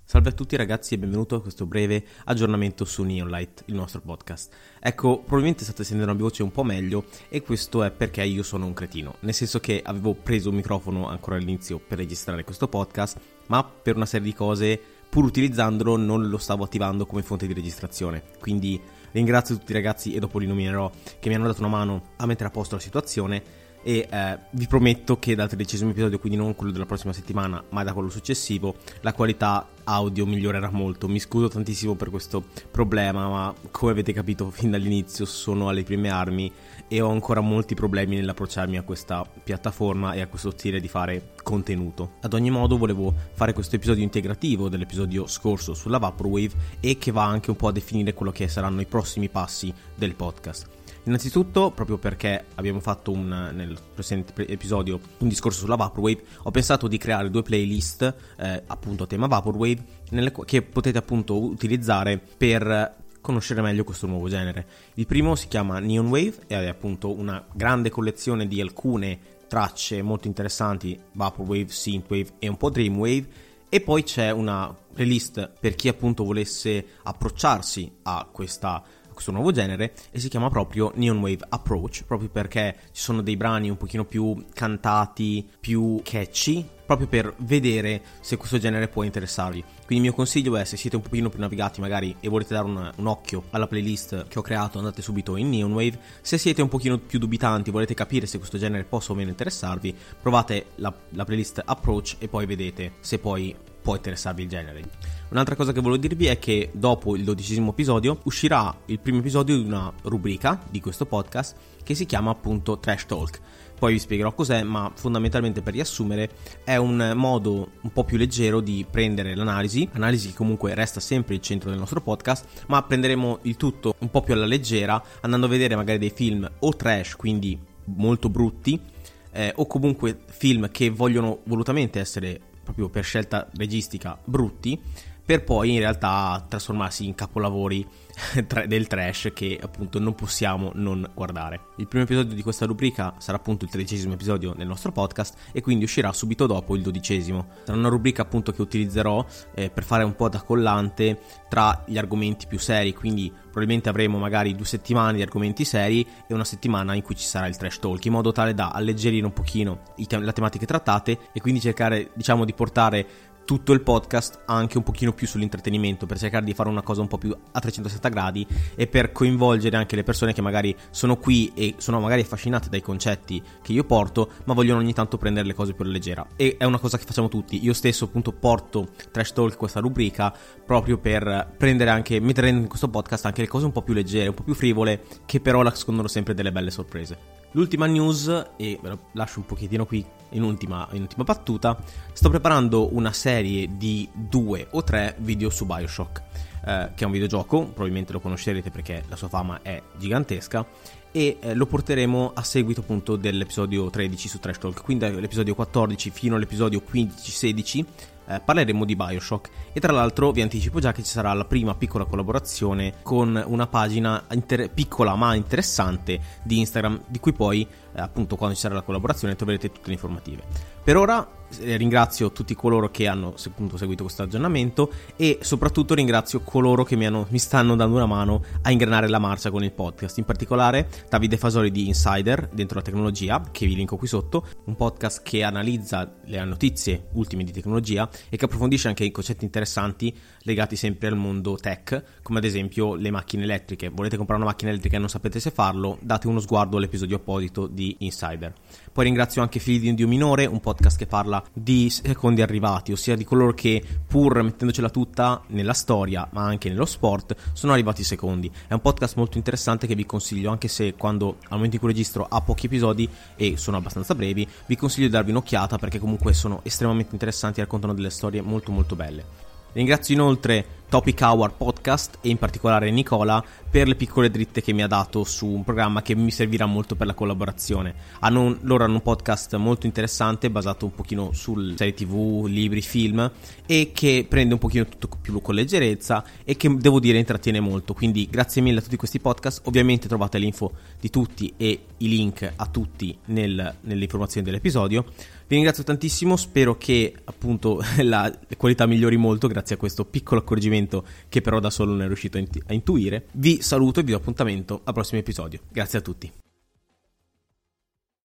Salve a tutti ragazzi e benvenuto a questo breve aggiornamento su Neonlight, il nostro podcast. Ecco, probabilmente state sentendo la mia voce un po' meglio e questo è perché io sono un cretino, nel senso che avevo preso un microfono ancora all'inizio per registrare questo podcast, ma per una serie di cose, pur utilizzandolo, non lo stavo attivando come fonte di registrazione. Quindi ringrazio tutti i ragazzi, e dopo li nominerò, che mi hanno dato una mano a mettere a posto la situazione. E vi prometto che dal 13° episodio, quindi non quello della prossima settimana ma da quello successivo, la qualità audio migliorerà molto. Mi scuso tantissimo per questo problema, ma come avete capito fin dall'inizio sono alle prime armi e ho ancora molti problemi nell'approcciarmi a questa piattaforma e a questo stile di fare contenuto. Ad ogni modo volevo fare questo episodio integrativo dell'episodio scorso sulla Vaporwave e che va anche un po' a definire quello che saranno i prossimi passi del podcast. Innanzitutto, proprio perché abbiamo fatto nel precedente episodio un discorso sulla Vaporwave, ho pensato di creare due playlist appunto a tema Vaporwave che potete appunto utilizzare per conoscere meglio questo nuovo genere. Il primo si chiama Neon Wave ed è appunto una grande collezione di alcune tracce molto interessanti, Vaporwave, Synthwave e un po' Dreamwave. E poi c'è una playlist per chi appunto volesse approcciarsi a questo nuovo genere e si chiama proprio Neon Wave Approach, proprio perché ci sono dei brani un pochino più cantati, più catchy, proprio per vedere se questo genere può interessarvi. Quindi il mio consiglio è, se siete un pochino più navigati magari e volete dare un occhio alla playlist che ho creato, andate subito in Neon Wave. Se siete un pochino più dubitanti, volete capire se questo genere possa o meno interessarvi, provate la playlist Approach e poi vedete se poi può interessarvi il genere. Un'altra cosa che volevo dirvi è che dopo il 12° episodio uscirà il primo episodio di una rubrica di questo podcast che si chiama appunto Trash Talk. Poi vi spiegherò cos'è, ma fondamentalmente, per riassumere, è un modo un po' più leggero di prendere l'analisi che comunque resta sempre il centro del nostro podcast, ma prenderemo il tutto un po' più alla leggera, andando a vedere magari dei film o trash, quindi molto brutti, o comunque film che vogliono volutamente essere, proprio per scelta registica, brutti, per poi in realtà trasformarsi in capolavori del trash che appunto non possiamo non guardare. Il primo episodio di questa rubrica sarà appunto il 13° episodio del nostro podcast e quindi uscirà subito dopo il 12°. Sarà una rubrica appunto che utilizzerò per fare un po' da collante tra gli argomenti più seri, quindi probabilmente avremo magari 2 settimane di argomenti seri e una settimana in cui ci sarà il trash talk, in modo tale da alleggerire un pochino le tematiche trattate e quindi cercare, diciamo, di portare tutto il podcast anche un pochino più sull'intrattenimento, per cercare di fare una cosa un po' più a 360 gradi e per coinvolgere anche le persone che magari sono qui e sono magari affascinate dai concetti che io porto, ma vogliono ogni tanto prendere le cose più leggera. E è una cosa che facciamo tutti. Io stesso appunto porto Trash Talk, questa rubrica, proprio per mettere in questo podcast anche le cose un po' più leggere, un po' più frivole, che però nascondono sempre delle belle sorprese. L'ultima news, e ve lo lascio un pochettino qui in ultima battuta, sto preparando una serie di 2 o 3 video su BioShock, che è un videogioco, probabilmente lo conoscerete perché la sua fama è gigantesca, e lo porteremo a seguito appunto dell'episodio 13 su Trash Talk, quindi dall'episodio 14 fino all'episodio 15-16 parleremo di BioShock. E tra l'altro vi anticipo già che ci sarà la prima piccola collaborazione con una pagina piccola ma interessante di Instagram, di cui poi appunto quando ci sarà la collaborazione troverete tutte le informative. Per ora ringrazio tutti coloro che hanno appunto seguito questo aggiornamento e soprattutto ringrazio coloro che mi stanno dando una mano a ingranare la marcia con il podcast, in particolare Davide Fasoli di Insider dentro la tecnologia, che vi linko qui sotto, un podcast che analizza le notizie ultime di tecnologia e che approfondisce anche i concetti interessanti legati sempre al mondo tech, come ad esempio le macchine elettriche. Volete comprare una macchina elettrica e non sapete se farlo? Date uno sguardo all'episodio apposito di Insider. Poi ringrazio anche Figli di un Dio Minore, un podcast che parla di secondi arrivati, ossia di coloro che, pur mettendocela tutta nella storia ma anche nello sport, sono arrivati secondi. È un podcast molto interessante che vi consiglio, anche se al momento in cui registro ha pochi episodi e sono abbastanza brevi, vi consiglio di darvi un'occhiata perché comunque sono estremamente interessanti e raccontano delle storie molto molto belle. Ringrazio inoltre Topic Hour Podcast e in particolare Nicola per le piccole dritte che mi ha dato su un programma che mi servirà molto per la collaborazione. Loro hanno un podcast molto interessante basato un pochino su serie TV, libri, film e che prende un pochino tutto più con leggerezza e che devo dire intrattiene molto. Quindi grazie mille a tutti questi podcast. Ovviamente trovate l'info di tutti e i link a tutti nelle informazioni dell'episodio. Vi ringrazio tantissimo, spero che appunto la qualità migliori molto grazie a questo piccolo accorgimento che però da solo non è riuscito a intuire. Vi saluto e vi do appuntamento al prossimo episodio. Grazie a tutti.